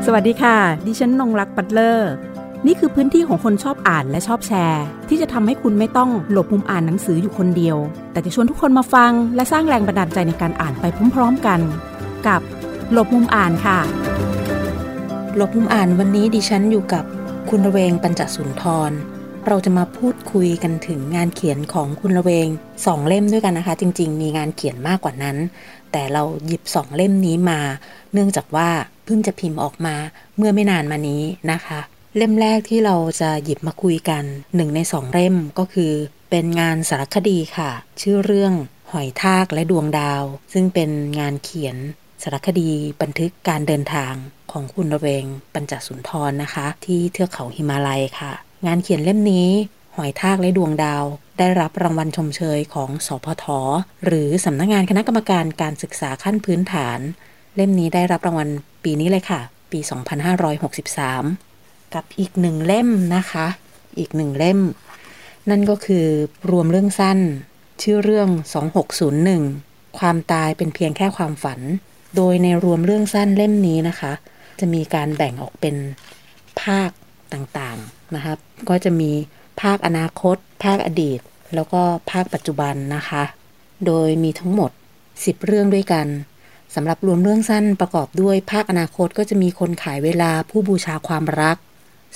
สวัสดีค่ะดิฉันนงรักปัตเลอร์นี่คือพื้นที่ของคนชอบอ่านและชอบแชร์ที่จะทำให้คุณไม่ต้องหลบมุมอ่านหนังสืออยู่คนเดียวแต่จะชวนทุกคนมาฟังและสร้างแรงบันดาลใจในการอ่านไปพร้อมๆกันกับหลบมุมอ่านค่ะหลบมุมอ่านวันนี้ดิฉันอยู่กับคุณระเวงปัญจสุนทรเราจะมาพูดคุยกันถึงงานเขียนของคุณระเวง2 เล่มด้วยกันนะคะจริงๆมีงานเขียนมากกว่านั้นแต่เราหยิบ2 เล่มนี้มาเนื่องจากว่าเพิ่งจะพิมพ์ออกมาเมื่อไม่นานมานี้นะคะเล่มแรกที่เราจะหยิบมาคุยกัน1ใน2 เล่มก็คือเป็นงานสารคดีค่ะชื่อเรื่องหอยทากและดวงดาวซึ่งเป็นงานเขียนสารคดีบันทึกการเดินทางของคุณระเวงปัญจสุนทรนะคะที่เทือกเขาหิมาลัยค่ะงานเขียนเล่มนี้หอยทากและดวงดาวได้รับรางวัลชมเชยของสพท.หรือสำนักงานคณะกรรมการการศึกษาขั้นพื้นฐานเล่มนี้ได้รับรางวัลปีนี้เลยค่ะปี2563กับอีก1 เล่มนะคะอีก1 เล่มนั่นก็คือรวมเรื่องสั้นชื่อเรื่อง2601ความตายเป็นเพียงแค่ความฝันโดยในรวมเรื่องสั้นเล่มนี้นะคะจะมีการแบ่งออกเป็นภาคต่างๆนะคะก็จะมีภาคอนาคตภาคอดีตแล้วก็ภาคปัจจุบันนะคะโดยมีทั้งหมด10 เรื่องด้วยกันสำหรับรวมเรื่องสั้นประกอบด้วยภาคอนาคตก็จะมีคนขายเวลาผู้บูชาความรัก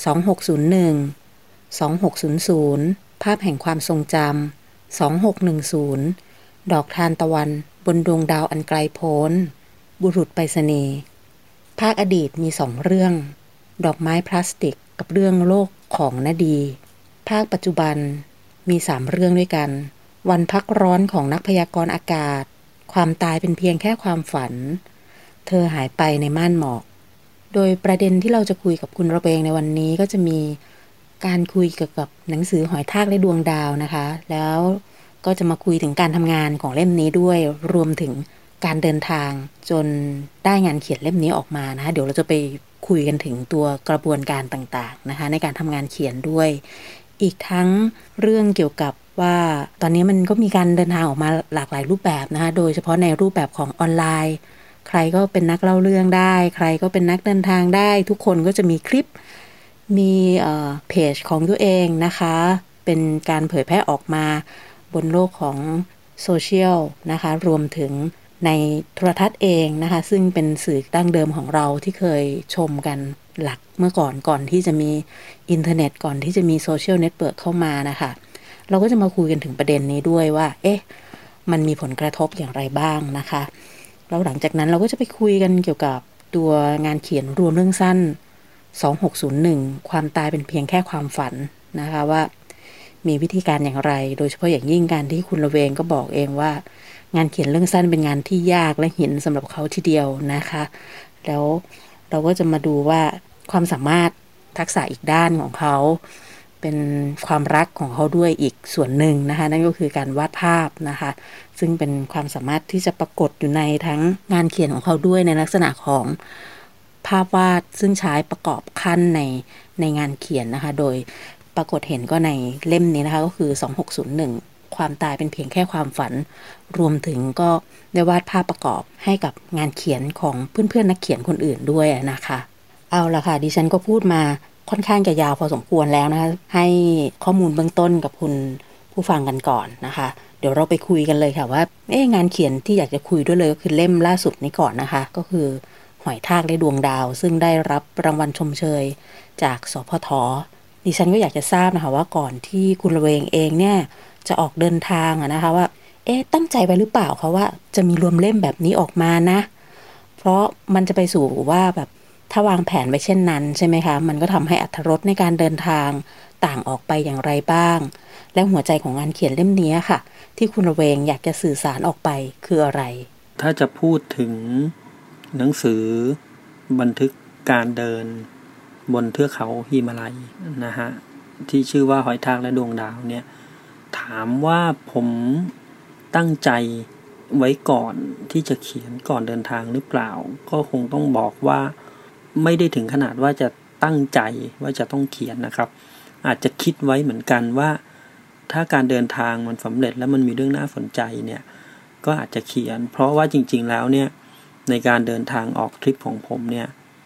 2601 2600ภาพแห่งความทรงจำ2610ดอกทานตะวันบนดวงดาวอันไกลโพ้นบุรุษไปรษณีย์ภาคอดีตมี2 เรื่องดอกไม้พลาสติกกับเรื่องโลกของนดีภาคปัจจุบันมี3 เรื่องด้วยกันวันพักร้อนของนักพยากรณ์อากาศความตายเป็นเพียงแค่ความฝันเธอหายไปในม่านหมอกโดยประเด็นที่เราจะคุยกับคุณระเบงในวันนี้ก็จะมีการคุยเกี่ยวกับหนังสือหอยทากและดวงดาวนะคะแล้วก็จะมาคุยถึงการทำงานของเล่มนี้ด้วยรวมถึงการเดินทางจนได้งานเขียนเล่มนี้ออกมานะคะเดี๋ยวเราจะไปคุยกันถึงตัวกระบวนการต่างๆนะคะในการทำงานเขียนด้วยอีกทั้งเรื่องเกี่ยวกับว่าตอนนี้มันก็มีการเดินทางออกมาหลากหลายรูปแบบนะคะโดยเฉพาะในรูปแบบของออนไลน์ใครก็เป็นนักเล่าเรื่องได้ใครก็เป็นนักเดินทางได้ทุกคนก็จะมีคลิปมีเพจของตัวเองนะคะเป็นการเผยแพร่ออกมาบนโลกของโซเชียลนะคะรวมถึงในโทรทัศน์เองนะคะซึ่งเป็นสื่อดั้งเดิมของเราที่เคยชมกันหลักเมื่อก่อนที่จะมีอินเทอร์เน็ตก่อนที่จะมีโซเชียลเน็ตเวิร์กเข้ามานะคะเราก็จะมาคุยกันถึงประเด็นนี้ด้วยว่ามันมีผลกระทบอย่างไรบ้างนะคะแล้วหลังจากนั้นเราก็จะไปคุยกันเกี่ยวกับตัวงานเขียนรวมเรื่องสั้น2601ความตายเป็นเพียงแค่ความฝันนะคะว่ามีวิธีการอย่างไรโดยเฉพาะอย่างยิ่งการที่คุณระเวงก็บอกเองว่างานเขียนเรื่องสั้นเป็นงานที่ยากและหินสำหรับเขาทีเดียวนะคะแล้วเราก็จะมาดูว่าความสามารถทักษะอีกด้านของเขาเป็นความรักของเขาด้วยอีกส่วนหนึ่งนะคะนั่นก็คือการวาดภาพนะคะซึ่งเป็นความสามารถที่จะปรากฏอยู่ในทั้งงานเขียนของเขาด้วยในลักษณะของภาพวาดซึ่งใช้ประกอบขั้นในงานเขียนนะคะโดยปรากฏเห็นก็ในเล่มนี้นะคะก็คือ2601ความตายเป็นเพียงแค่ความฝันรวมถึงก็ได้วาดภาพประกอบให้กับงานเขียนของเพื่อนๆนักเขียนคนอื่นด้วยนะคะเอาละค่ะดิฉันก็พูดมาค่อนข้างจะยาวพอสมควรแล้วนะคะให้ข้อมูลเบื้องต้นกับคุณผู้ฟังกันก่อนนะคะเดี๋ยวเราไปคุยกันเลยค่ะว่างานเขียนที่อยากจะคุยด้วยเลยก็คือเล่มล่าสุดนี้ก่อนนะคะก็คือหอยทากและดวงดาวซึ่งได้รับรางวัลชมเชยจากสพท.ดิฉันก็อยากจะทราบนะคะว่าก่อนที่คุณระเวงเองเนี่ยจะออกเดินทางนะคะว่าตั้งใจไปหรือเปล่าคะว่าจะมีรวมเล่มแบบนี้ออกมานะเพราะมันจะไปสู่ว่าแบบถ้าวางแผนไว้เช่นนั้นใช่ไหมคะมันก็ทำให้อรรถรสในการเดินทางต่างออกไปอย่างไรบ้างและหัวใจของงานเขียนเล่มนี้ค่ะที่คุณระเวงอยากจะสื่อสารออกไปคืออะไรถ้าจะพูดถึงหนังสือบันทึกการเดินบนเทือกเขาหิมาลัยนะฮะที่ชื่อว่าหอยทากและดวงดาวเนี่ยถามว่าผมตั้งใจไว้ก่อนที่จะเขียนก่อนเดินทางหรือเปล่าก็คงต้องบอกว่าไม่ได้ถึงขนาดว่าจะตั้งใจว่าจะต้องเขียนนะครับอาจจะคิดไว้เหมือนกันว่าถ้าการเดินทางมันสำเร็จแล้วมันมีเรื่องน่าสนใจเนี่ยก็อาจจะเขียนเพราะว่าจริงๆแล้วเนี่ยในการเดินทางออกทริปของผมเนี่ย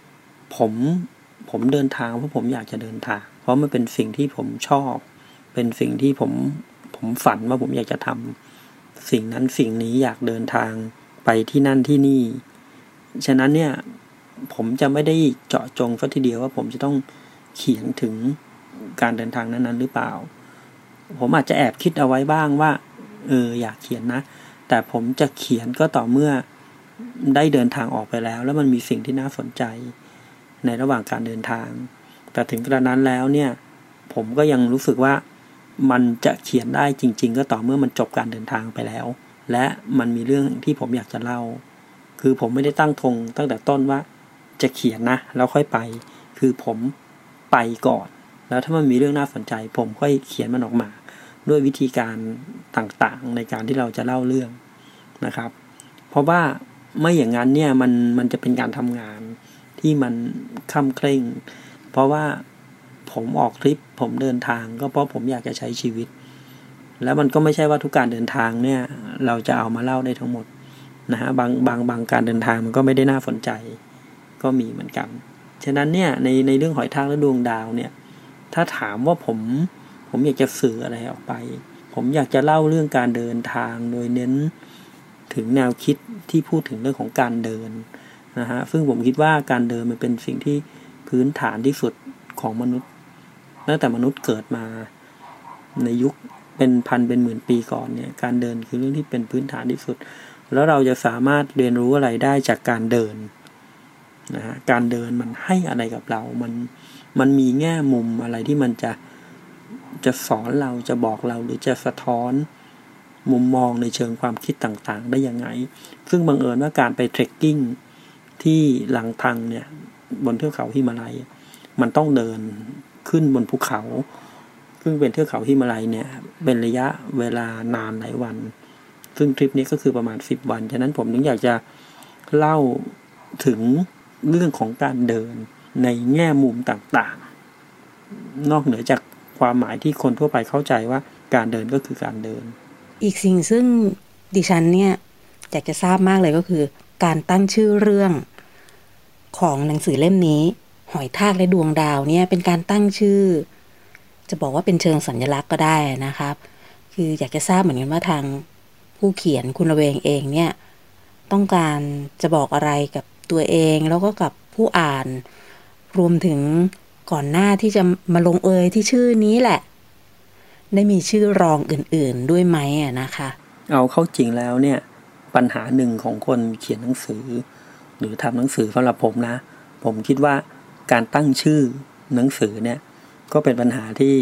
ผมเดินทางเพราะผมอยากจะเดินทางเพราะมันเป็นสิ่งที่ผมชอบเป็นสิ่งที่ผมฝันว่าผมอยากจะทำสิ่งนั้นสิ่งนี้อยากเดินทางไปที่นั่นที่นี่ฉะนั้นเนี่ยผมจะไม่ได้เจาะจงซะทีเดียวว่าผมจะต้องเขียนถึงการเดินทางนั้นๆหรือเปล่าผมอาจจะแอบคิดเอาไว้บ้างว่าอยากเขียนนะแต่ผมจะเขียนก็ต่อเมื่อได้เดินทางออกไปแล้วมันมีสิ่งที่น่าสนใจในระหว่างการเดินทางแต่ถึงกระนั้นแล้วเนี่ยผมก็ยังรู้สึกว่ามันจะเขียนได้จริงๆก็ต่อเมื่อมันจบการเดินทางไปแล้วและมันมีเรื่องที่ผมอยากจะเล่าคือผมไม่ได้ตั้งธงตั้งแต่ต้นว่าจะเขียนนะแล้วค่อยไปคือผมไปก่อนแล้วถ้ามันมีเรื่องน่าสนใจผมค่อยเขียนมันออกมาด้วยวิธีการต่างๆในการที่เราจะเล่าเรื่องนะครับเพราะว่าไม่อย่างนั้นเนี่ยมันจะเป็นการทำงานที่มันค่ำเคร่งเพราะว่าผมออกทริปผมเดินทางก็เพราะผมอยากจะใช้ชีวิตแล้วมันก็ไม่ใช่ว่าทุกการเดินทางเนี่ยเราจะเอามาเล่าได้ทั้งหมดนะฮะบางการเดินทางมันก็ไม่ได้น่าสนใจก็มีเหมือนกันฉะนั้นเนี่ยในเรื่องหอยทากและดวงดาวเนี่ยถ้าถามว่าผมอยากจะสื่ออะไรออกไปผมอยากจะเล่าเรื่องการเดินทางโดยเน้นถึงแนวคิดที่พูดถึงเรื่องของการเดินนะฮะซึ่งผมคิดว่าการเดินมันเป็นสิ่งที่พื้นฐานที่สุดของมนุษย์ตั้งแต่มนุษย์เกิดมาในยุคเป็นพันเป็นหมื่นปีก่อนเนี่ยการเดินคือเรื่องที่เป็นพื้นฐานที่สุดแล้วเราจะสามารถเรียนรู้อะไรได้จากการเดินนะฮะการเดินมันให้อะไรกับเรามันมีแง่มุมอะไรที่มันจะสอนเราจะบอกเราหรือจะสะท้อนมุมมองในเชิงความคิดต่างๆได้ยังไงซึ่งบังเอิญว่าการไปเทรคกิ้งที่หลังทังเนี่ยบนเทือกเขาหิมาลัยมันต้องเดินขึ้นบนภูเขาซึ่งเป็นเทือกเขาหิมาลัยเนี่ยเป็นระยะเวลานานหลายวันซึ่งทริปนี้ก็คือประมาณ10 วันฉะนั้นผมถึงอยากจะเล่าถึงเรื่องของการเดินในแง่มุมต่างๆนอกเหนือจากความหมายที่คนทั่วไปเข้าใจว่าการเดินก็คือการเดินอีกสิ่งซึ่งดิฉันเนี่ยอยากจะทราบมากเลยก็คือการตั้งชื่อเรื่องของหนังสือเล่มนี้หอยทากและดวงดาวเนี่ยเป็นการตั้งชื่อจะบอกว่าเป็นเชิงสัญลักษณ์ก็ได้นะครับคืออยากจะทราบเหมือนกันว่าทางผู้เขียนคุณระเวงเองเนี่ยต้องการจะบอกอะไรกับตัวเองแล้วก็กับผู้อ่านรวมถึงก่อนหน้าที่จะมาลงเอยที่ชื่อนี้แหละได้มีชื่อรองอื่นๆด้วยไหมนะคะเอาเข้าจริงแล้วเนี่ยปัญหาหนึ่งของคนเขียนหนังสือหรือทำหนังสือสำหรับผมนะผมคิดว่าการตั้งชื่อหนังสือเนี่ยก็เป็นปัญหา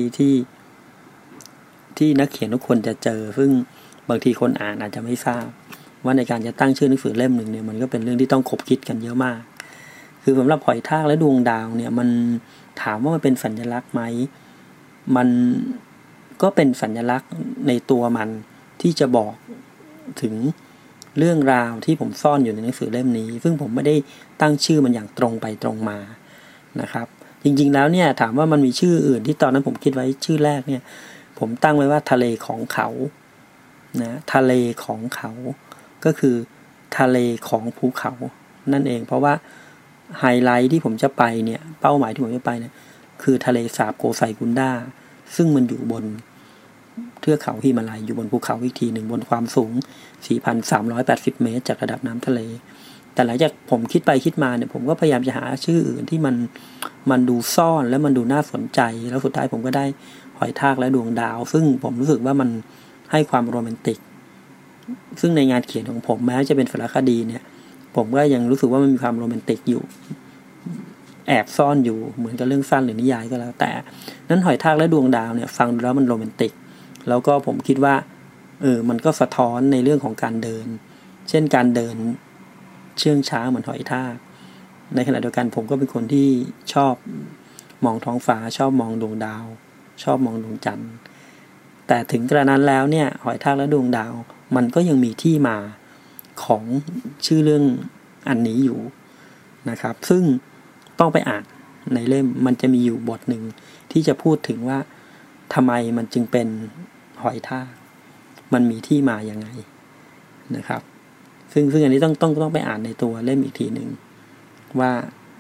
ที่นักเขียนทุกคนจะเจอซึ่งบางทีคนอ่านอาจจะไม่ทราบว่าในการจะตั้งชื่อหนังสือเล่มหนึ่งเนี่ยมันก็เป็นเรื่องที่ต้องคบคิดกันเยอะมากคือสำหรับหอยทากและดวงดาวเนี่ยมันถามว่ามันเป็นสัญลักษณ์ไหมมันก็เป็นสัญลักษณ์ในตัวมันที่จะบอกถึงเรื่องราวที่ผมซ่อนอยู่ในหนังสือเล่มนี้ซึ่งผมไม่ได้ตั้งชื่อมันอย่างตรงไปตรงมานะครับจริงๆแล้วเนี่ยถามว่ามันมีชื่ออื่นที่ตอนนั้นผมคิดไว้ชื่อแรกเนี่ยผมตั้งไว้ว่าทะเลของเขานะทะเลของเขาก็คือทะเลของภูเขานั่นเองเพราะว่าไฮไลท์ที่ผมจะไปเนี่ยเป้าหมายที่ผมจะไปเนี่ยคือทะเลสาบโกไซกุนดาซึ่งมันอยู่บนเทือกเขาหิมาลัยอยู่บนภูเขาอีกทีหนึ่งบนความสูง 4,380 เมตรจากระดับน้ำทะเลแต่หลังจากผมคิดไปคิดมาเนี่ยผมก็พยายามจะหาชื่ออื่นที่มันดูซ่อนและมันดูน่าสนใจแล้วสุดท้ายผมก็ได้หอยทากและดวงดาวซึ่งผมรู้สึกว่ามันให้ความโรแมนติกซึ่งในงานเขียนของผมแม้จะเป็นสารคดีเนี่ยผมก็ยังรู้สึกว่ามันมีความโรแมนติกอยู่แอบซ่อนอยู่เหมือนกับเรื่องสั้นหรือนิยายก็แล้วแต่นั้นหอยทากและดวงดาวเนี่ยฟังดูแล้วมันโรแมนติกแล้วก็ผมคิดว่ามันก็สะท้อนในเรื่องของการเดินเช่นการเดินเชื่องช้าเหมือนหอยทากในขณะเดียวกันผมก็เป็นคนที่ชอบมองท้องฟ้าชอบมองดวงดาวชอบมองดวงจันทร์แต่ถึงกระนั้นแล้วเนี่ยหอยทากและดวงดาวมันก็ยังมีที่มาของชื่อเรื่องอันนี้อยู่นะครับซึ่งต้องไปอ่านในเล่มมันจะมีอยู่บทหนึ่งที่จะพูดถึงว่าทำไมมันจึงเป็นหอยทากมันมีที่มายังไงนะครับซึ่งอันนี้ต้องไปอ่านในตัวเล่มอีกทีหนึ่งว่า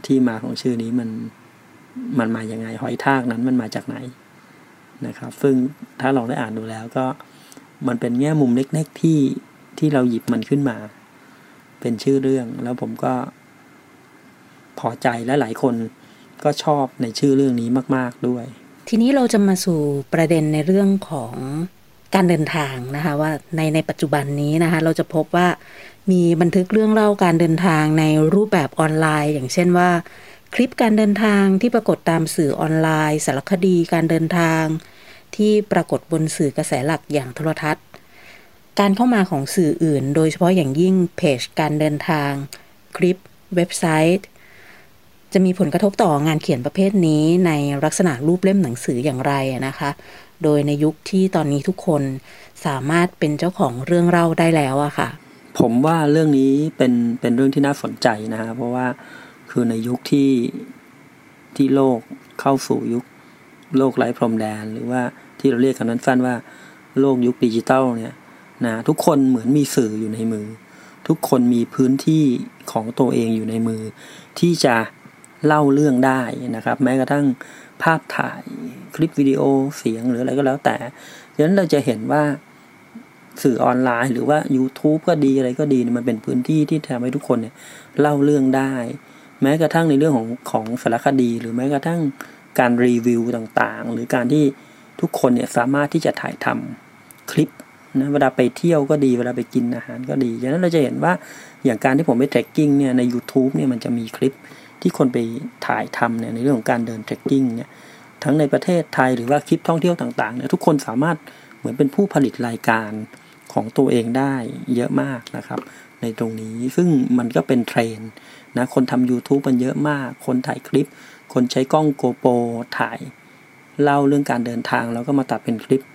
ที่มาของชื่อนี้มันมายังไงหอยทากนั้นมันมาจากไหนนะครับซึ่งถ้าลองได้อ่านดูแล้วก็มันเป็นแง่มุมเล็กๆที่เราหยิบมันขึ้นมาเป็นชื่อเรื่องแล้วผมก็พอใจและหลายคนก็ชอบในชื่อเรื่องนี้มากๆด้วยทีนี้เราจะมาสู่ประเด็นในเรื่องของการเดินทางนะคะว่าในปัจจุบันนี้นะคะเราจะพบว่ามีบันทึกเรื่องเล่าการเดินทางในรูปแบบออนไลน์อย่างเช่นว่าคลิปการเดินทางที่ปรากฏตามสื่อออนไลน์สารคดีการเดินทางที่ปรากฏบนสื่อกระแสหลักอย่างโทรทัศน์การเข้ามาของสื่ออื่นโดยเฉพาะอย่างยิ่งเพจการเดินทางคลิปเว็บไซต์จะมีผลกระทบต่องานเขียนประเภทนี้ในลักษณะรูปเล่มหนังสืออย่างไรนะคะโดยในยุคที่ตอนนี้ทุกคนสามารถเป็นเจ้าของเรื่องเล่าได้แล้วอะค่ะผมว่าเรื่องนี้เป็นเรื่องที่น่าสนใจนะฮะเพราะว่าคือในยุคที่โลกเข้าสู่ยุคโลกไร้พรมแดนหรือว่าที่เราเรียกกันสั้นๆว่าโลกยุคดิจิตอลเนี่ยนะทุกคนเหมือนมีสื่ออยู่ในมือทุกคนมีพื้นที่ของตัวเองอยู่ในมือที่จะเล่าเรื่องได้นะครับแม้กระทั่งภาพถ่ายคลิปวิดีโอเสียงหรืออะไรก็แล้วแต่ดังนั้นเราจะเห็นว่าสื่อออนไลน์หรือว่า YouTube ก็ดีอะไรก็ดีมันเป็นพื้นที่ที่ทำให้ทุกคนเนี่ยเล่าเรื่องได้แม้กระทั่งในเรื่องของสารคดีหรือแม้กระทั่งการรีวิวต่างๆหรือการที่ทุกคนเนี่ยสามารถที่จะถ่ายทำคลิปนะเวลาไปเที่ยวก็ดีเวลาไปกินอาหารก็ดีดังนั้นเราจะเห็นว่าอย่างการที่ผมไปเทรคกิ้งเนี่ยใน YouTube เนี่ยมันจะมีคลิปที่คนไปถ่ายทำเนี่ยในเรื่องของการเดินเทรคกิ้งเนี่ยทั้งในประเทศไทยหรือว่าคลิปท่องเที่ยวต่างๆเนี่ยทุกคนสามารถเหมือนเป็นผู้ผลิตรายการของตัวเองได้เยอะมากนะครับในตรงนี้ซึ่งมันก็เป็นเทรนด์นะคนทำ YouTube มันเยอะมากคนถ่ายคลิปคนใช้กล้อง GoPro ถ่ายเล่าเรื่องการเดินทางแล้วก็มาตัดเป็นคลิป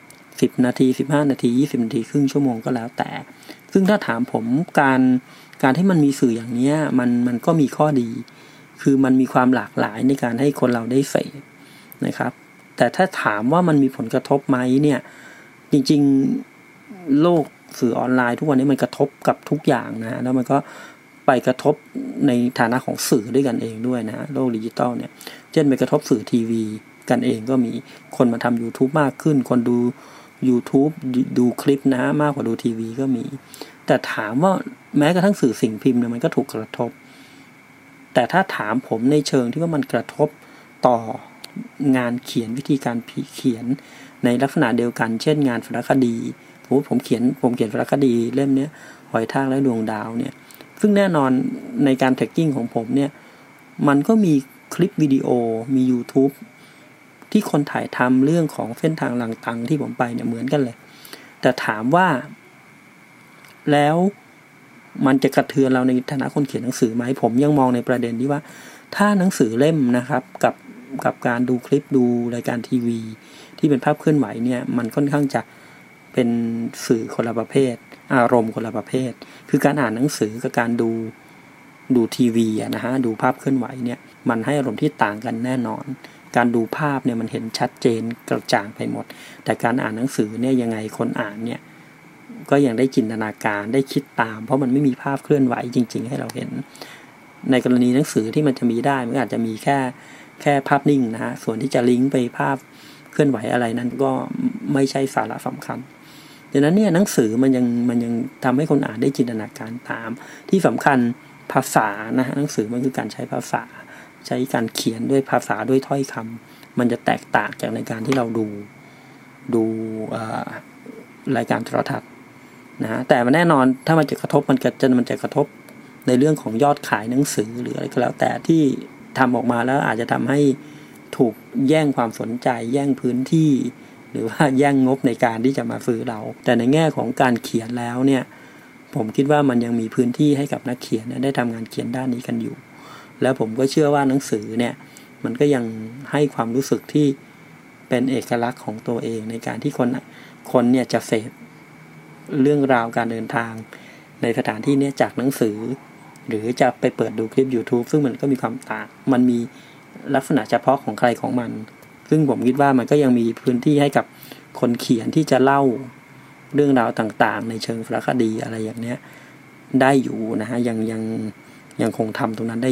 10 นาที15 นาที20 นาทีครึ่งชั่วโมงก็แล้วแต่ซึ่งถ้าถามผมการที่มันมีสื่ออย่างนี้มันก็มีข้อดีคือมันมีความหลากหลายในการให้คนเราได้เสพนะครับแต่ถ้าถามว่ามันมีผลกระทบไหมเนี่ยจริงๆโลกสื่อออนไลน์ทุกวันนี้มันกระทบกับทุกอย่างนะแล้วมันก็ไปกระทบในฐานะของสื่อด้วยกันเองด้วยนะโลกดิจิตอลเนี่ยเช่นไปกระทบสื่อทีวีกันเองก็มีคนมาทำ YouTube มากขึ้นคนดู YouTube ดูคลิปนะมากกว่าดูทีวีก็มีแต่ถามว่าแม้กระทั่งสื่อสิ่งพิมพ์เนี่ยมันก็ถูกกระทบแต่ถ้าถามผมในเชิงที่ว่ามันกระทบต่องานเขียนวิธีการเขียนในลักษณะเดียวกันเช่นงานสารคดีผมเขียนสารคดีเล่มนี้หอยทากและดวงดาวเนี่ยซึ่งแน่นอนในการแท็กกิ้งของผมเนี่ยมันก็มีคลิปวิดีโอมี YouTube ที่คนถ่ายทำเรื่องของเส้นทางลังตังที่ผมไปเนี่ยเหมือนกันเลยแต่ถามว่าแล้วมันจะกระเทือนเราในฐานะคนเขียนหนังสือไหมผมยังมองในประเด็นที่ว่าถ้าหนังสือเล่มนะครับกับการดูคลิปดูรายการทีวีที่เป็นภาพเคลื่อนไหวเนี่ยมันค่อนข้างจะเป็นสื่อคนละประเภทอารมณ์คนละประเภทคือการอ่านหนังสือกับการดูทีวีนะฮะดูภาพเคลื่อนไหวเนี่ยมันให้อารมณ์ที่ต่างกันแน่นอนการดูภาพเนี่ยมันเห็นชัดเจนกระจ่างไปหมดแต่การอ่านหนังสือเนี่ยยังไงคนอ่านเนี่ยก็ยังได้จินตนาการได้คิดตามเพราะมันไม่มีภาพเคลื่อนไหวจริงๆให้เราเห็นในกรณีหนังสือที่มันจะมีได้มันอาจจะมีแค่ภาพนิ่งนะฮะส่วนที่จะลิงก์ไปภาพเคลื่อนไหวอะไรนั้นก็ไม่ใช่สาระสำคัญดังนั้นเนี่ยหนังสือมันยังทำให้คนอ่านได้จินตนาการตามที่สำคัญภาษานะหนังสือมันคือการใช้ภาษาใช้การเขียนด้วยภาษาด้วยถ้อยคำมันจะแตกต่างจากในการที่เราดูรายการโทรทัศน์นะฮะแต่มันแน่นอนถ้ามันจะกระทบมันจะกระทบในเรื่องของยอดขายหนังสือหรืออะไรก็แล้วแต่ที่ทำออกมาแล้วอาจจะทำให้ถูกแย่งความสนใจแย่งพื้นที่หรือว่าแย่งงบในการที่จะมาซื้อเราแต่ในแง่ของการเขียนแล้วเนี่ยผมคิดว่ามันยังมีพื้นที่ให้กับนักเขียนได้ทำงานเขียนด้านนี้กันอยู่แล้วผมก็เชื่อว่าหนังสือเนี่ยมันก็ยังให้ความรู้สึกที่เป็นเอกลักษณ์ของตัวเองในการที่คนเนี่ยจะเสพเรื่องราวการเดินทางในสถานที่นี้จากหนังสือหรือจะไปเปิดดูคลิป YouTube ซึ่งมันก็มีความต่างมันมีลักษณะเฉพาะของใครของมันซึ่งผมคิดว่ามันก็ยังมีพื้นที่ให้กับคนเขียนที่จะเล่าเรื่องราวต่างๆในเชิงสารคดีอะไรอย่างเนี้ยได้อยู่นะฮะยังคงทำตรงนั้นได้อยู่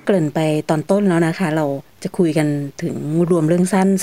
เกริ่นไปตอนต้นแล้วนะคะเราจะคุยกันถึงรวมเรื่องสั้น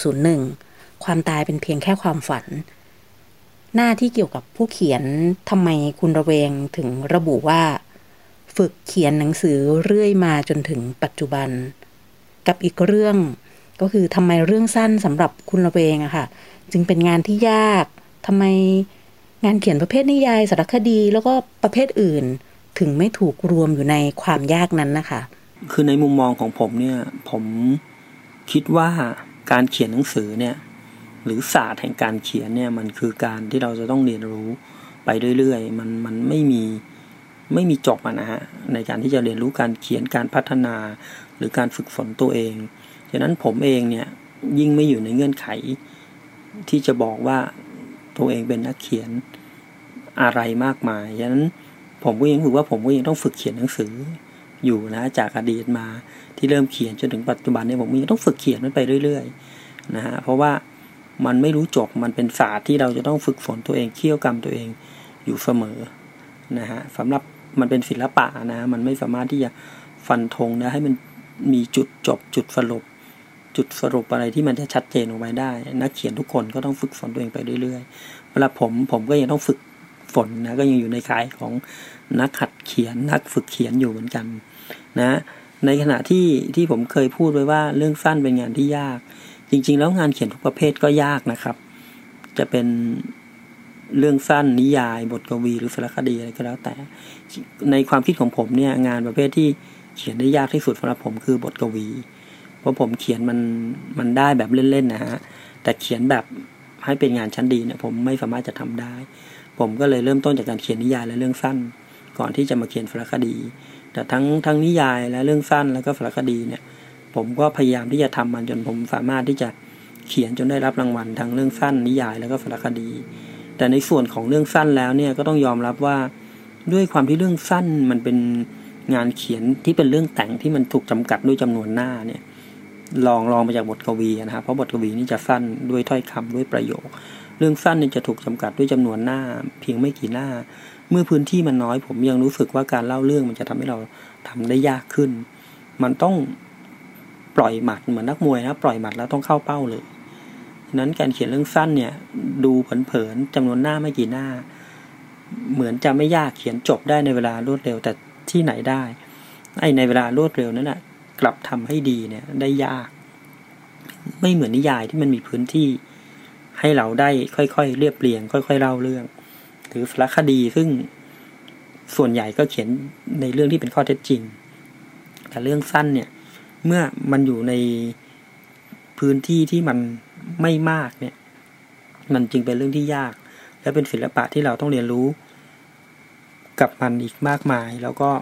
2601ความตายเป็นเพียงแค่ความฝันหน้าที่เกี่ยวกับผู้เขียนทำไมคุณระเวงถึงระบุว่าฝึกเขียนหนังสือเรื่อยมาจนถึงปัจจุบันกับอีกเรื่องก็คือทำไมเรื่องสั้นสำหรับคุณระเวงอะค่ะจึงเป็นงานที่ยากทำไมงานเขียนประเภทนิยายสารคดีแล้วก็ประเภทอื่นถึงไม่ถูกรวมอยู่ในความยากนั้นนะคะคือในมุมมองของผมเนี่ยผมคิดว่าการเขียนหนังสือเนี่ยหรือศาสตร์แห่งการเขียนเนี่ยมันคือการที่เราจะต้องเรียนรู้ไปเรื่อยๆมันไม่มีจบนะฮะในการที่จะเรียนรู้การเขียนการพัฒนาหรือการฝึกฝนตัวเองฉะนั้นผมเองเนี่ยยิ่งไม่อยู่ในเงื่อนไขที่จะบอกว่าตัวเองเป็นนักเขียนอะไรมากมายฉะนั้นผมก็ยังรู้สึกว่าผมก็ยังต้องฝึกเขียนหนังสืออยู่นะจากอดีตมาที่เริ่มเขียนจนถึงปัจจุบันเนี่ยผมยังต้องฝึกเขียนมันไปเรื่อยๆนะฮะเพราะว่ามันไม่รู้จบมันเป็นศาสตร์ที่เราจะต้องฝึกฝนตัวเองเคี่ยวกรรมตัวเองอยู่เสมอนะฮะสำหรับมันเป็นศิลปะนะมันไม่สามารถที่จะฟันธงนะให้มันมีจุดจบจุดสรุปอะไรที่มันจะชัดเจนออกมาได้นักเขียนทุกคนก็ต้องฝึกฝนตัวเองไปเรื่อยๆเวลาผมก็ยังต้องฝึกฝนนะก็ยังอยู่ในข่ายของนักหัดเขียนนักฝึกเขียนอยู่เหมือนกันนะในขณะที่ผมเคยพูดไว้ว่าเรื่องสั้นเป็นงานที่ยากจริงๆแล้วงานเขียนทุกประเภทก็ยากนะครับจะเป็นเรื่องสั้นนิยายบทกวีหรือสารคดีอะไรก็แล้วแต่ในความคิดของผมเนี่ยงานประเภทที่เขียนได้ยากที่สุดสำหรับผมคือบทกวีเพราะผมเขียนมันได้แบบเล่นๆนะฮะแต่เขียนแบบให้เป็นงานชั้นดีเนี่ยผมไม่สามารถจะทำได้ผมก็เลยเริ่มต้นจากการเขียนนิยายและเรื่องสั้นก่อนที่จะมาเขียนสารคดีแต่ทั้งนิยายและเรื่องสั้นแล้วก็สารคดีเนี่ยผมก็พยายามที่จะทำมันจนผมสามารถที่จะเขียนจนได้รับรางวัลทั้งเรื่องสั้นนิยายแล้วก็สารคดีแต่ในส่วนของเรื่องสั้นแล้วเนี่ยก็ต้องยอมรับว่าด้วยความที่เรื่องสั้นมันเป็นงานเขียนที่เป็นเรื่องแต่งที่มันถูกจำกัดด้วยจำนวนหน้าเนี่ยลองมาจากบทกวีนะครับเพราะบทกวีนี่จะสั้นด้วยถ้อยคำด้วยประโยคเรื่องสั้นนี่จะถูกจำกัดด้วยจำนวนหน้าเพียงไม่กี่หน้าเมื่อพื้นที่มันน้อยผมยังรู้สึกว่าการเล่าเรื่องมันจะทำให้เราทำได้ยากขึ้นมันต้องปล่อยหมัดเหมือนนักมวยนะปล่อยหมัดแล้วต้องเข้าเป้าเลยฉะนั้นการเขียนเรื่องสั้นเนี่ยดูเผินๆจำนวนหน้าไม่กี่หน้าเหมือนจะไม่ยากเขียนจบได้ในเวลารวดเร็วแต่ที่ไหนได้ในเวลารวดเร็วนั้นแหละกลับทำให้ดีเนี่ยได้ยากไม่เหมือนนิยายที่มันมีพื้นที่ให้เราได้ค่อยๆเรียบเรียงค่อยๆเล่าเรื่องหรือสารคดีซึ่งส่วนใหญ่ก็เขียนในเรื่องที่เป็นข้อเท็จจริงแต่เรื่องสั้นเนี่ยเมื่อมันอยู่ในพื้นที่ที่มันไม่มากเนี่ยมันจึงเป็นเรื่องที่ยากและเป็นศิลปะที่เราต้องเรียนรู้กับมันอีกมากมายแล้วก็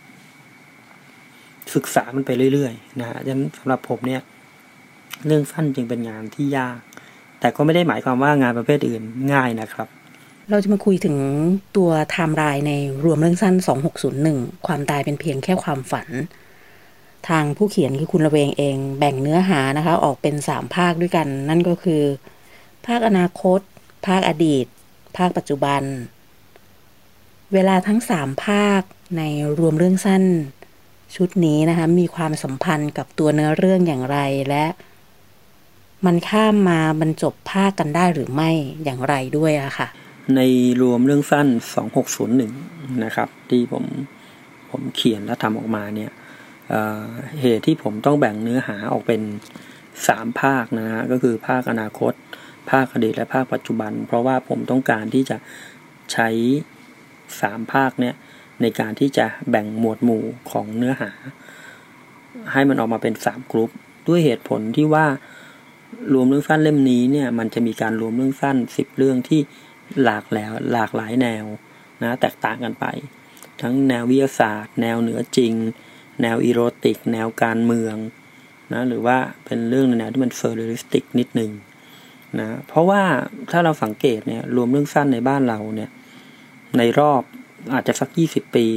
ศึกษามันไปเรื่อยๆนะฮะฉะนั้นสำหรับผมเนี่ยเรื่องสั้นจึงเป็นงานที่ยากแต่ก็ไม่ได้หมายความว่างานประเภทอื่นง่ายนะครับเราจะมาคุยถึงตัวไทม์ไลน์ในรวมเรื่องสั้น2601ความตายเป็นเพียงแค่ความฝันทางผู้เขียนคือคุณระเวงเองแบ่งเนื้อหานะคะออกเป็น3ภาคด้วยกันนั่นก็คือภาคอนาคตภาคอดีตภาคปัจจุบันเวลาทั้ง3ภาคในรวมเรื่องสั้นชุดนี้นะคะมีความสัมพันธ์กับตัวเนื้อเรื่องอย่างไรและมันข้ามมาบรรจบภาคกันได้หรือไม่อย่างไรด้วยอะค่ะในรวมเรื่องสั้น2601นะครับที่ผมเขียนและทำออกมาเนี่ยเหตุที่ผมต้องแบ่งเนื้อหาออกเป็น3ภาคนะฮะก็คือภาคอนาคตภาคอดีตและภาคปัจจุบันเพราะว่าผมต้องการที่จะใช้3ภาคเนี่ยในการที่จะแบ่งหมวดหมู่ของเนื้อหาให้มันออกมาเป็น3กลุ่มด้วยเหตุผลที่ว่ารวมเรื่องสั้นเล่มนี้เนี่ยมันจะมีการรวมเรื่องสั้น10เรื่องที่หลากหลายแนวนะแตกต่างกันไปทั้งแนววิทยาศาสตร์แนวเหนือจริงแนวอีโรติกแนวการเมืองนะหรือว่าเป็นเรื่องในแนวที่มันเซอร์เรียลิสติกนิดนึงนะเพราะว่าถ้าเราสังเกตเนี่ยรวมเรื่องสั้นในบ้านเราเนี่ยในรอบอาจจะสัก20ปี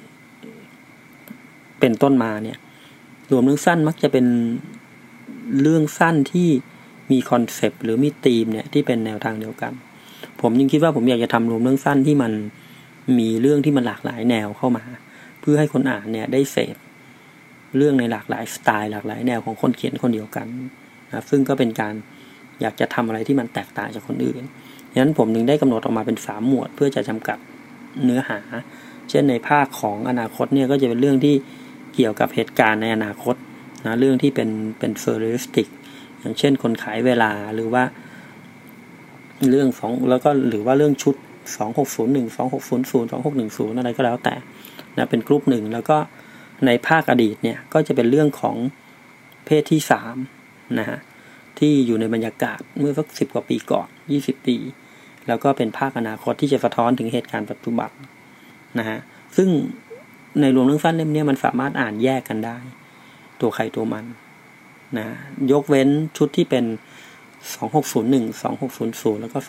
เป็นต้นมาเนี่ยรวมเรื่องสั้นมักจะเป็นเรื่องสั้นที่มีคอนเซปต์หรือมีธีมเนี่ยที่เป็นแนวทางเดียวกันผมยิ่งคิดว่าผมอยากจะทำรวมเรื่องสั้นที่มันมีเรื่องที่มันหลากหลายแนวเข้ามาเพื่อให้คนอ่านเนี่ยได้เสพเรื่องในหลากหลายสไตล์หลากหลายแนวของคนเขียนคนเดียวกันนะซึ่งก็เป็นการอยากจะทำอะไรที่มันแตกต่างจากคนอื่นฉะนั้นผมถึงได้กำหนดออกมาเป็น3หมวดเพื่อจะจำกัดเนื้อหาเช่นในภาคของอนาคตเนี่ยก็จะเป็นเรื่องที่เกี่ยวกับเหตุการณ์ในอนาคตนะเรื่องที่เป็นเฟอร์เรสติกอย่างเช่นคนขายเวลาหรือว่าเรื่องแล้วก็หรือว่าเรื่องชุด2601 2600 2610อะไรก็แล้วแต่นะเป็นกลุ่มหนึ่งแล้วก็ในภาคอดีตเนี่ยก็จะเป็นเรื่องของเพศที่3นะฮะที่อยู่ในบรรยากาศเมื่อสัก10กว่าปีก่อน20ปีแล้วก็เป็นภาคอนาคตที่จะสะท้อนถึงเหตุการณ์ปัจจุบันนะฮะซึ่งในรวมเรื่องสั้นเล่มนี้มันสามารถอ่านแยกกันได้ตัวใครตัวมันนะยกเว้นชุดที่เป็น2601 2600แล้วก็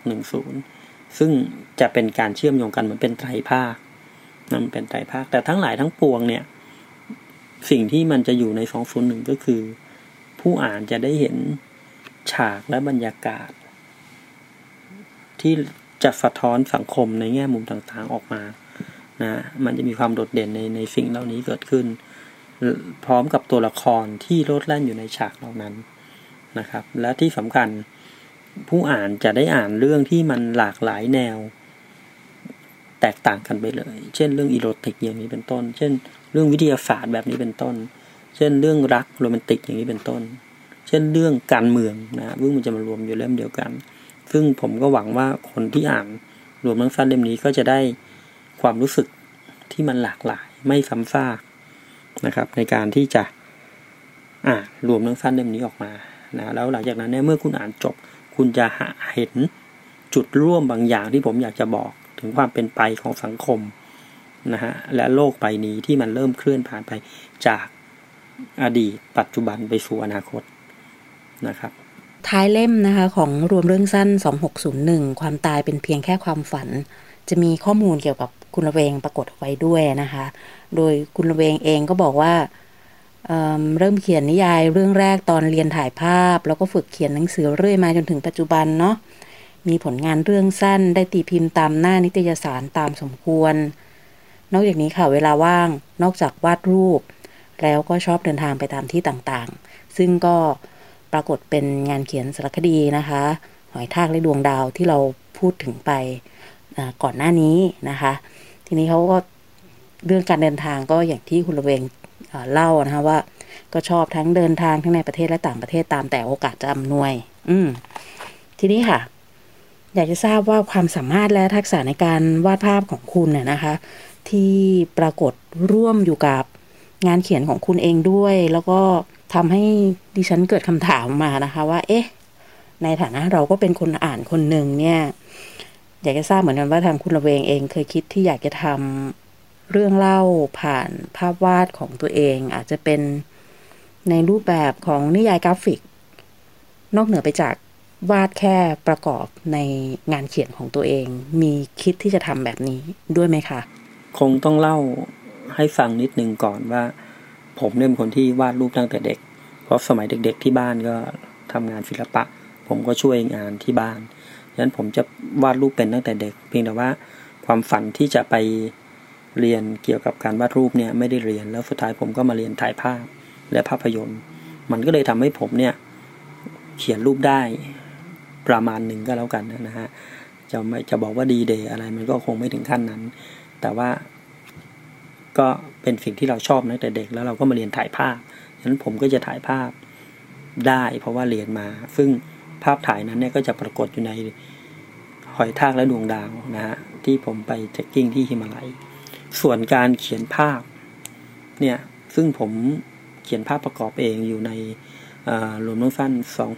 2610ซึ่งจะเป็นการเชื่อมโยงกันเหมือนเป็นไตรภาคนะมันเป็นไตรภาคแต่ทั้งหลายทั้งปวงเนี่ยสิ่งที่มันจะอยู่ใน201ก็คือผู้อ่านจะได้เห็นฉากและบรรยากาศที่จะสะท้อนสังคมในแง่มุมต่างๆออกมานะมันจะมีความโดดเด่นในสิ่งเหล่านี้เกิดขึ้นพร้อมกับตัวละครที่โลดแล่นอยู่ในฉากเหล่านั้นนะครับและที่สำคัญผู้อ่านจะได้อ่านเรื่องที่มันหลากหลายแนวแตกต่างกันไปเลยเช่นเรื่องอีโรติกอย่างนี้เป็นต้นเช่นเรื่องวิทยาศาสตร์แบบนี้เป็นต้นเช่นเรื่องรักโรแมนติกอย่างนี้เป็นต้นเช่นเรื่องการเมืองนะซึ่งมันจะมารวมอยู่เล่มเดียวกันซึ่งผมก็หวังว่าคนที่อ่านรวมทั้งสั้นเล่มนี้ก็จะได้ความรู้สึกที่มันหลากหลายไม่ซ้ำซากนะครับในการที่จะรวมทั้งสั้นเล่มนี้ออกมานะแล้วหลังจากนั้นเนี่ยเมื่อคุณอ่านจบคุณจะเห็นจุดร่วมบางอย่างที่ผมอยากจะบอกถึงความเป็นไปของสังคมนะฮะและโลกใบนี้ที่มันเริ่มเคลื่อนผ่านไปจากอดีตปัจจุบันไปสู่อนาคตนะครับท้ายเล่มนะคะของรวมเรื่องสั้น2601ความตายเป็นเพียงแค่ความฝันจะมีข้อมูลเกี่ยวกับคุณละเวงปรากฏไว้ด้วยนะคะโดยคุณละเวงเองก็บอกว่าเริ่มเขียนนิยายเรื่องแรกตอนเรียนถ่ายภาพแล้วก็ฝึกเขียนหนังสือเรื่อยมาจนถึงปัจจุบันเนาะมีผลงานเรื่องสั้นได้ตีพิมพ์ตามหน้านิตยสารตามสมควรนอกจากนี้ค่ะเวลาว่างนอกจากวาดรูปแล้วก็ชอบเดินทางไปตามที่ต่างๆซึ่งก็ปรากฏเป็นงานเขียนสารคดีนะคะหอยทากและดวงดาวที่เราพูดถึงไปก่อนหน้านี้นะคะทีนี้เขาก็เรื่องการเดินทางก็อย่างที่คุณละเวงเล่านะคะว่าก็ชอบทั้งเดินทางทั้งในประเทศและต่างประเทศตามแต่โอกาสจะอำนวยทีนี้ค่ะอยากจะทราบว่าความสามารถและทักษะในการวาดภาพของคุณเนี่ยนะคะที่ปรากฏร่วมอยู่กับงานเขียนของคุณเองด้วยแล้วก็ทำให้ดิฉันเกิดคำถามมานะคะว่าในฐานะเราก็เป็นคนอ่านคนหนึ่งเนี่ยอยากจะทราบเหมือนกันว่าทางคุณละเวงเองเคยคิดที่อยากจะทำเรื่องเล่าผ่านภาพวาดของตัวเองอาจจะเป็นในรูปแบบของนิยายกราฟิกนอกเหนือไปจากวาดแค่ประกอบในงานเขียนของตัวเองมีคิดที่จะทำแบบนี้ด้วยไหมคะคงต้องเล่าให้ฟังนิดนึงก่อนว่าผมเนี่ยเป็นคนที่วาดรูปตั้งแต่เด็กเพราะสมัยเด็กๆที่บ้านก็ทำงานศิลปะผมก็ช่วยงานที่บ้านฉะนั้นผมจะวาดรูปเป็นตั้งแต่เด็กเพียงแต่ว่าความฝันที่จะไปเรียนเกี่ยวกับการวาดรูปเนี่ยไม่ได้เรียนแล้วสุดท้ายผมก็มาเรียนถ่ายภาพและภาพยนตร์มันก็เลยทำให้ผมเนี่ยเขียนรูปได้ประมาณหนึ่งก็แล้วกันนะฮะจะบอกว่าดีเดย์อะไรมันก็คงไม่ถึงขั้นนั้นแต่ว่าก็เป็นสิ่งที่เราชอบตั้งแต่เด็กแล้วเราก็มาเรียนถ่ายภาพฉะนั้นผมก็จะถ่ายภาพได้เพราะว่าเรียนมาซึ่งภาพถ่ายนั้นเนี่ยก็จะปรากฏอยู่ในหอยทากและดวงดาวนะฮะที่ผมไปเทรคกิ้งที่หิมาลัยส่วนการเขียนภาพเนี่ยซึ่งผมเขียนภาพประกอบเองอยู่ในรวมเรื่องสั้น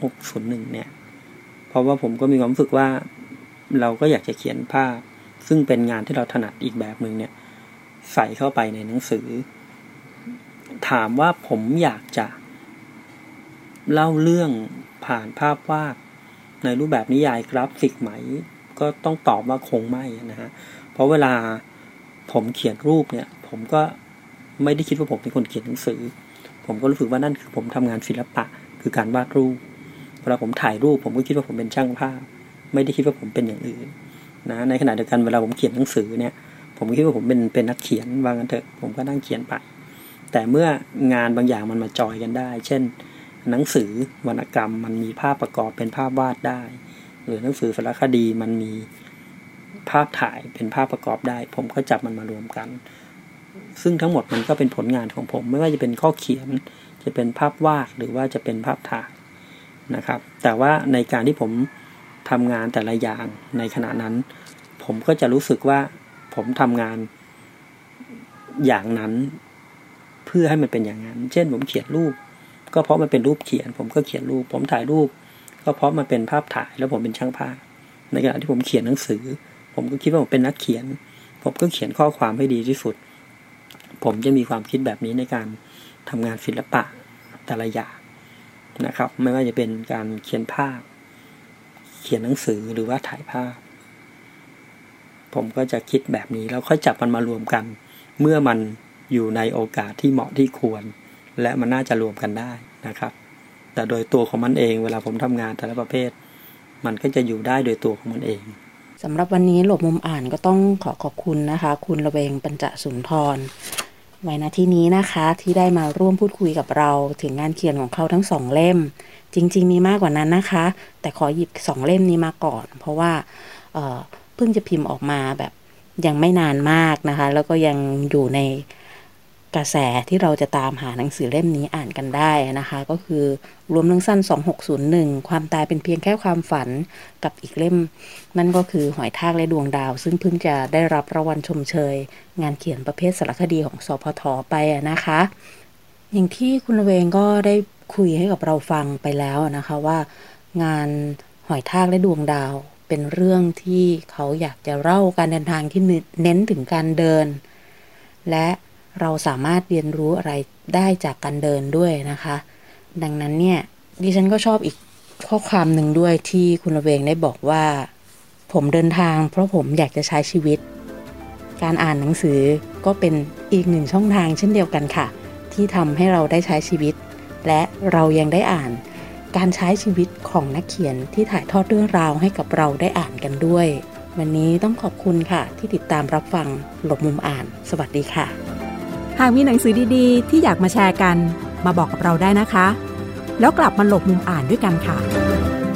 2601เนี่ยเพราะว่าผมก็มีความรู้สึกว่าเราก็อยากจะเขียนภาพซึ่งเป็นงานที่เราถนัดอีกแบบนึงเนี่ยใส่เข้าไปในหนังสือถามว่าผมอยากจะเล่าเรื่องผ่านภาพวาดในรูปแบบนิยายกราฟิกไหมก็ต้องตอบว่าคงไม่นะฮะเพราะเวลาผมเขียนรูปเนี่ยผมก็ไม่ได้คิดว่าผมเป็นคนเขียนหนังสือผมก็รู้สึกว่านั่นคือผมทำงานศิลปะคือการวาดรูปเวลาผมถ่ายรูปผมก็คิดว่าผมเป็นช่างภาพไม่ได้คิดว่าผมเป็นอย่างอื่นนะในขณะเดียวกันเวลาผมเขียนหนังสือเนี่ยผมคิดว่าผมเป็นนักเขียนว่างั้นเถอะผมก็นั่งเขียนไปแต่เมื่องานบางอย่างมันมาจอยกันได้เช่นหนังสือวรรณกรรมมันมีภาพประกอบเป็นภาพวาดได้หรือหนังสือสารคดีมันมีภาพถ่ายเป็นภาพประกอบได้ผมก็จับมันมารวมกันซึ่งทั้งหมดมันก็เป็นผลงานของผมไม่ว่าจะเป็นข้อเขียนจะเป็นภาพวาดหรือว่าจะเป็นภาพถ่ายนะครับแต่ว่าในการที่ผมทำงานแต่ละอย่างในขณะนั้นผมก็จะรู้สึกว่าผมทำงานอย่างนั้นเพื่อให้มันเป็นอย่างนั้นเช่นผมเขียนรูปก็เพราะมันเป็นรูปเขียนผมก็เขียนรูปผมถ่ายรูปก็เพราะมันเป็นภาพถ่ายแล้วผมเป็นช่างภาพในขณะที่ผมเขียนหนังสือผมก็คิดว่าผมเป็นนักเขียนผมก็เขียนข้อความให้ดีที่สุดผมจะมีความคิดแบบนี้ในการทำงานศิลปะแต่ละอย่างนะครับไม่ว่าจะเป็นการเขียนภาพเขียนหนังสือหรือว่าถ่ายภาพผมก็จะคิดแบบนี้แล้วค่อยจับมันมารวมกันเมื่อมันอยู่ในโอกาสที่เหมาะที่ควรและมันน่าจะรวมกันได้นะครับแต่โดยตัวของมันเองเวลาผมทำงานแต่ละประเภทมันก็จะอยู่ได้โดยตัวของมันเองสำหรับวันนี้หลบมุมอ่านก็ต้องขอบคุณนะคะคุณระเวงปัญจสุนทรไว้ณที่นี้นะคะที่ได้มาร่วมพูดคุยกับเราถึงงานเขียนของเขาทั้ง2เล่มจริงๆมีมากกว่านั้นนะคะแต่ขอหยิบ2เล่มนี้มาก่อนเพราะว่าเพิ่งจะพิมพ์ออกมาแบบยังไม่นานมากนะคะแล้วก็ยังอยู่ในกระแสที่เราจะตามหาหนังสือเล่มนี้อ่านกันได้นะคะก็คือรวมเรื่องสั้น2601ความตายเป็นเพียงแค่ความฝันกับอีกเล่มนั่นก็คือหอยทากและดวงดาวซึ่งเพิ่งจะได้รับรางวัลชมเชยงานเขียนประเภทสารคดีของสพท.ไปนะคะอย่างที่คุณระเวงก็ได้คุยให้กับเราฟังไปแล้วนะคะว่างานหอยทากและดวงดาวเป็นเรื่องที่เขาอยากจะเล่าการเดินทางที่เน้นถึงการเดินและเราสามารถเรียนรู้อะไรได้จากการเดินด้วยนะคะดังนั้นเนี่ยดิฉันก็ชอบอีกข้อความหนึ่งด้วยที่คุณระเวงได้บอกว่าผมเดินทางเพราะผมอยากจะใช้ชีวิตการอ่านหนังสือก็เป็นอีกหนึ่งช่องทางเช่นเดียวกันค่ะที่ทำให้เราได้ใช้ชีวิตและเรายังได้อ่านการใช้ชีวิตของนักเขียนที่ถ่ายทอดเรื่องราวให้กับเราได้อ่านกันด้วยวันนี้ต้องขอบคุณค่ะที่ติดตามรับฟังหลบมุมอ่านสวัสดีค่ะหากมีหนังสือดีๆที่อยากมาแชร์กันมาบอกกับเราได้นะคะแล้วกลับมาหลบมุมอ่านด้วยกันค่ะ